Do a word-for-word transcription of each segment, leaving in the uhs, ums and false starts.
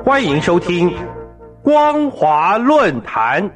欢迎收听光华论坛。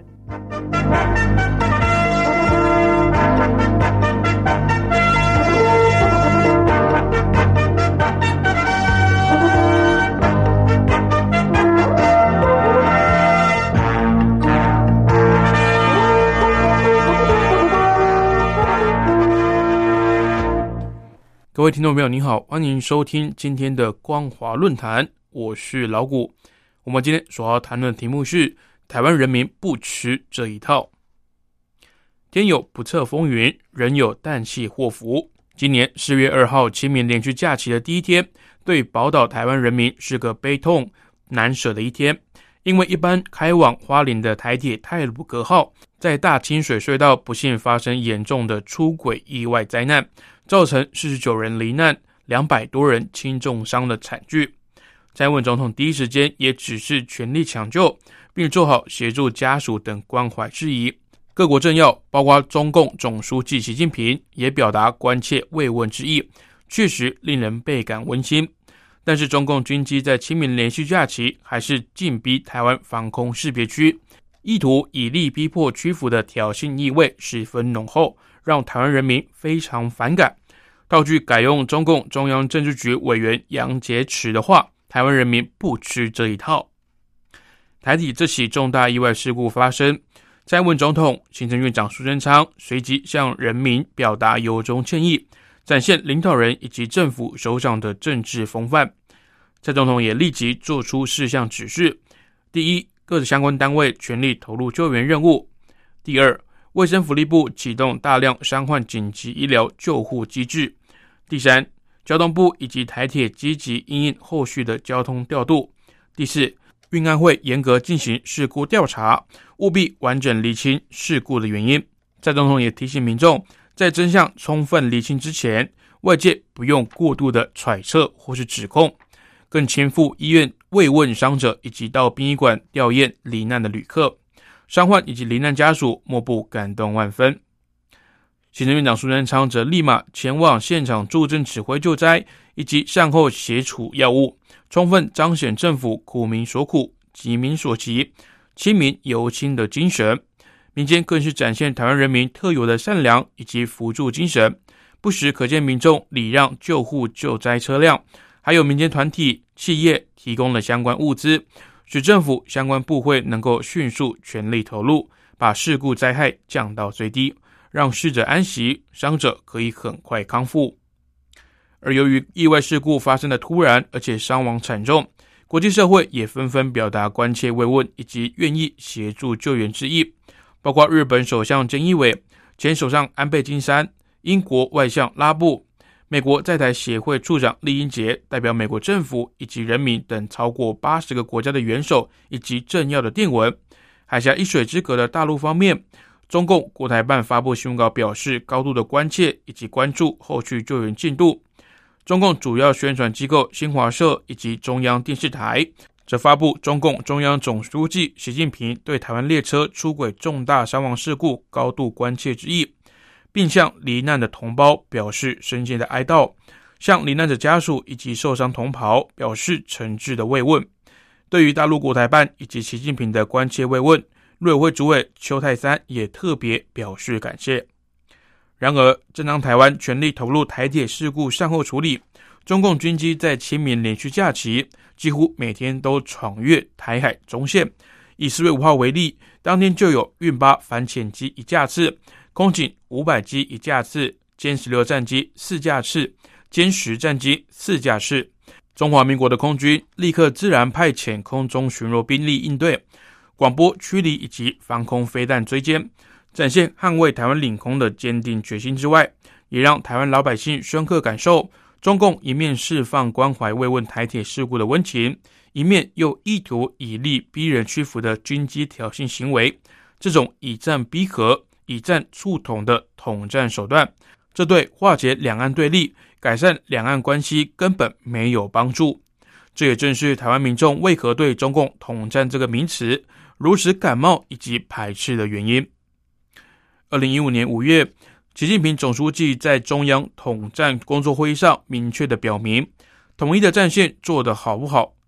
各位听众朋友您好，欢迎收听今天的光华论坛，我是老谷。我们今天所要谈论的题目是台湾人民不吃这一套。天有不测风云，人有旦夕祸福。今年四月二号清明连续假期的第一天，对宝岛台湾人民是个悲痛难舍的一天。因为一般开往花莲的台铁太鲁阁号在大清水隧道不幸发生严重的出轨意外灾难，造成四十九人罹难，两百多人轻重伤的惨剧。蔡英文总统第一时间也指示全力抢救，并做好协助家属等关怀事宜。各国政要，包括中共总书记习近平，也表达关切慰问之意，确实令人倍感温馨。但是中共军机在清明连续假期还是进逼台湾防空识别区，意图以力逼迫屈服的挑衅意味十分浓厚，让台湾人民非常反感。套句改用中共中央政治局委员杨洁篪的话，台湾人民不吃这一套。台体这起重大意外事故发生，蔡英文总统、行政院长苏贞昌随即向人民表达由衷歉意，展现领导人以及政府首长的政治风范。蔡总统也立即做出四项指示：第一，各相关单位全力投入救援任务；第二，卫生福利部启动大量伤患紧急医疗救护机制；第三，交通部以及台铁积极因应后续的交通调度；第四，运安会严格进行事故调查，务必完整厘清事故的原因。蔡总统也提醒民众，在真相充分厘清之前，外界不用过度的揣测或是指控，更亲赴医院慰问伤者以及到殡仪馆吊唁罹难的旅客，伤患以及罹难家属莫不感动万分。行政院长苏贞昌则立马前往现场助阵指挥救灾，以及善后协处药物，充分彰显政府苦民所苦、急民所急、亲民由亲的精神。民间更是展现台湾人民特有的善良以及扶助精神，不时可见民众礼让救护救灾车辆，还有民间团体、企业提供了相关物资，使政府相关部会能够迅速全力投入，把事故灾害降到最低，让逝者安息，伤者可以很快康复。而由于意外事故发生的突然，而且伤亡惨重，国际社会也纷纷表达关切慰问以及愿意协助救援之意，包括日本首相菅义伟、前首相安倍晋三、英国外相拉布、美国在台协会处长郦英杰代表美国政府以及人民等超过八十个国家的元首以及政要的电文。海峡一水之隔的大陆方面，中共国台办发布新闻稿表示高度的关切以及关注后续救援进度。中共主要宣传机构新华社以及中央电视台则发布中共中央总书记习近平对台湾列车出轨重大伤亡事故高度关切之意，并向罹难的同胞表示深切的哀悼，向罹难者家属以及受伤同袍表示诚挚的慰问。对于大陆国台办以及习近平的关切慰问，陆委会主委邱太三也特别表示感谢。然而，正当台湾全力投入台铁事故善后处理，中共军机在清明连续假期几乎每天都闯越台海中线。以四月五号为例，当天就有运八反潜机一架次、空警五百机一架次、歼十六战机四架次、歼十战机四架次。中华民国的空军立刻自然派遣空中巡逻兵力应对，广播驱离以及防空飞弹追歼，展现捍卫台湾领空的坚定决心之外，也让台湾老百姓深刻感受中共一面释放关怀慰问台铁事故的温情，一面又意图以力逼人屈服的军机挑衅行为。这种以战逼和、以战促统的统战手段，这对化解两岸对立、改善两岸关系根本没有帮助。这也正是台湾民众为何对中共统战这个名词如此感冒以及排斥的原因。二零一五年五月，习近平总书记在中央统战工作会议上明确地表明，统一的战线做得好不好，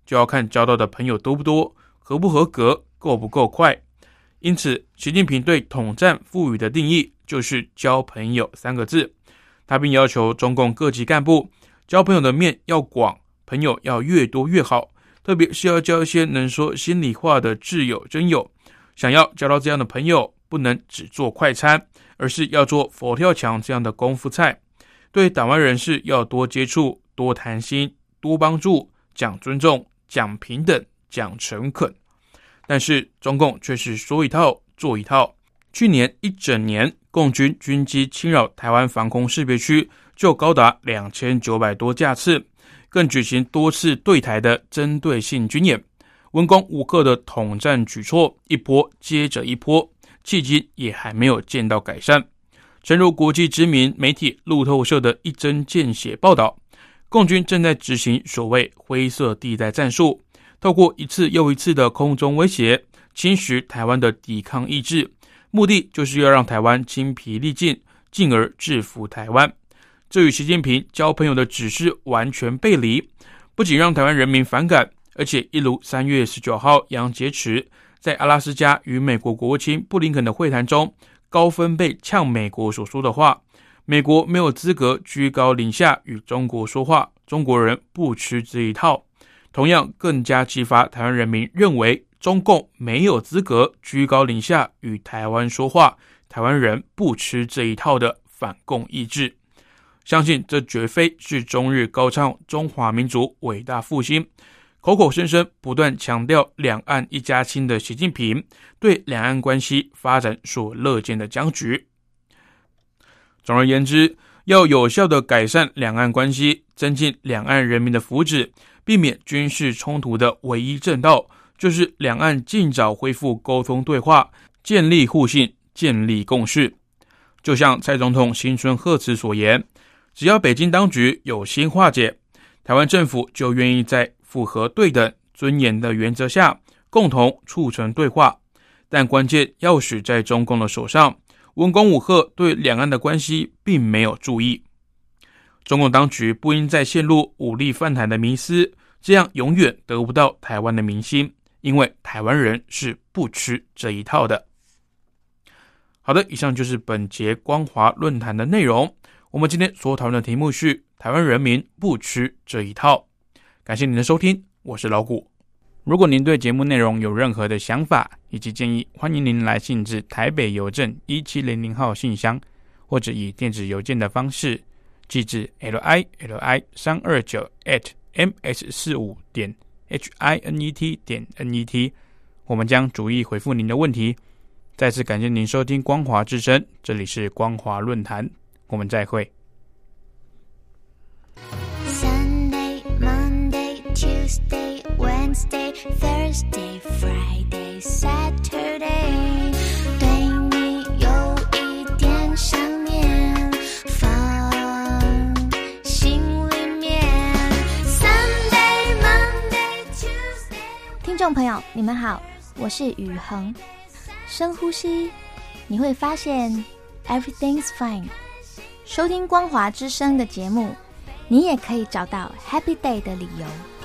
就要看交到的朋友多不多，合不合格，够不够快。因此，习近平对统战赋予的定义就是交朋友三个字。他并要求中共各级干部交朋友的面要广，朋友要越多越好，特别是要交一些能说心里话的挚友真友。想要交到这样的朋友，不能只做快餐，而是要做佛跳墙这样的功夫菜。对党外人士要多接触，多谈心，多帮助，讲尊重，讲平等，讲诚恳。但是中共却是说一套做一套。去年一整年，共军军机侵扰台湾防空识别区就高达两千九百多架次，更举行多次对台的针对性军演，文攻武吓的统战举措一波接着一波，迄今也还没有见到改善。诚如国际知名媒体路透社的一针见血报道，共军正在执行所谓灰色地带战术，透过一次又一次的空中威胁，侵蚀台湾的抵抗意志，目的就是要让台湾精疲力尽，进而制服台湾。这与习近平交朋友的指示完全背离，不仅让台湾人民反感，而且一如三月十九号杨洁篪在阿拉斯加与美国国务卿布林肯的会谈中高分贝呛美国所说的话，美国没有资格居高临下与中国说话，中国人不吃这一套。同样更加激发台湾人民认为中共没有资格居高临下与台湾说话，台湾人不吃这一套的反共意志。相信这绝非是中日高唱中华民族伟大复兴，口口声声不断强调两岸一家亲的习近平对两岸关系发展所乐见的僵局。总而言之，要有效地改善两岸关系，增进两岸人民的福祉，避免军事冲突的唯一正道，就是两岸尽早恢复沟通对话，建立互信，建立共识。就像蔡总统新春贺词所言，只要北京当局有心化解，台湾政府就愿意在符合对等尊严的原则下共同促成对话，但关键钥匙在中共的手上，文攻武吓对两岸的关系并没有注意。中共当局不应再陷入武力犯台的迷思，这样永远得不到台湾的民心，因为台湾人是不吃这一套的。好的，以上就是本节光华论坛的内容。我们今天所讨论的题目是台湾人民不吃这一套。感谢您的收听，我是老谷。如果您对节目内容有任何的想法以及建议，欢迎您来信至台北邮政一七零零号信箱，或者以电子邮件的方式寄至 l i l i 三二九 at m s 四五 点 h i n e t 点 n e t， 我们将逐一回复您的问题。再次感谢您收听光华之声，这里是光华论坛，我们再会。 Sunday, Monday, Tuesday, Wednesday, Thursday, Friday, Saturday， 对你有一点想念，放心里面。Sunday, Monday, Tuesday。听众朋友，你们好，我是雨恒。深呼吸，你会发现 everything's fine。收听光华之声的节目，你也可以找到 Happy Day 的理由。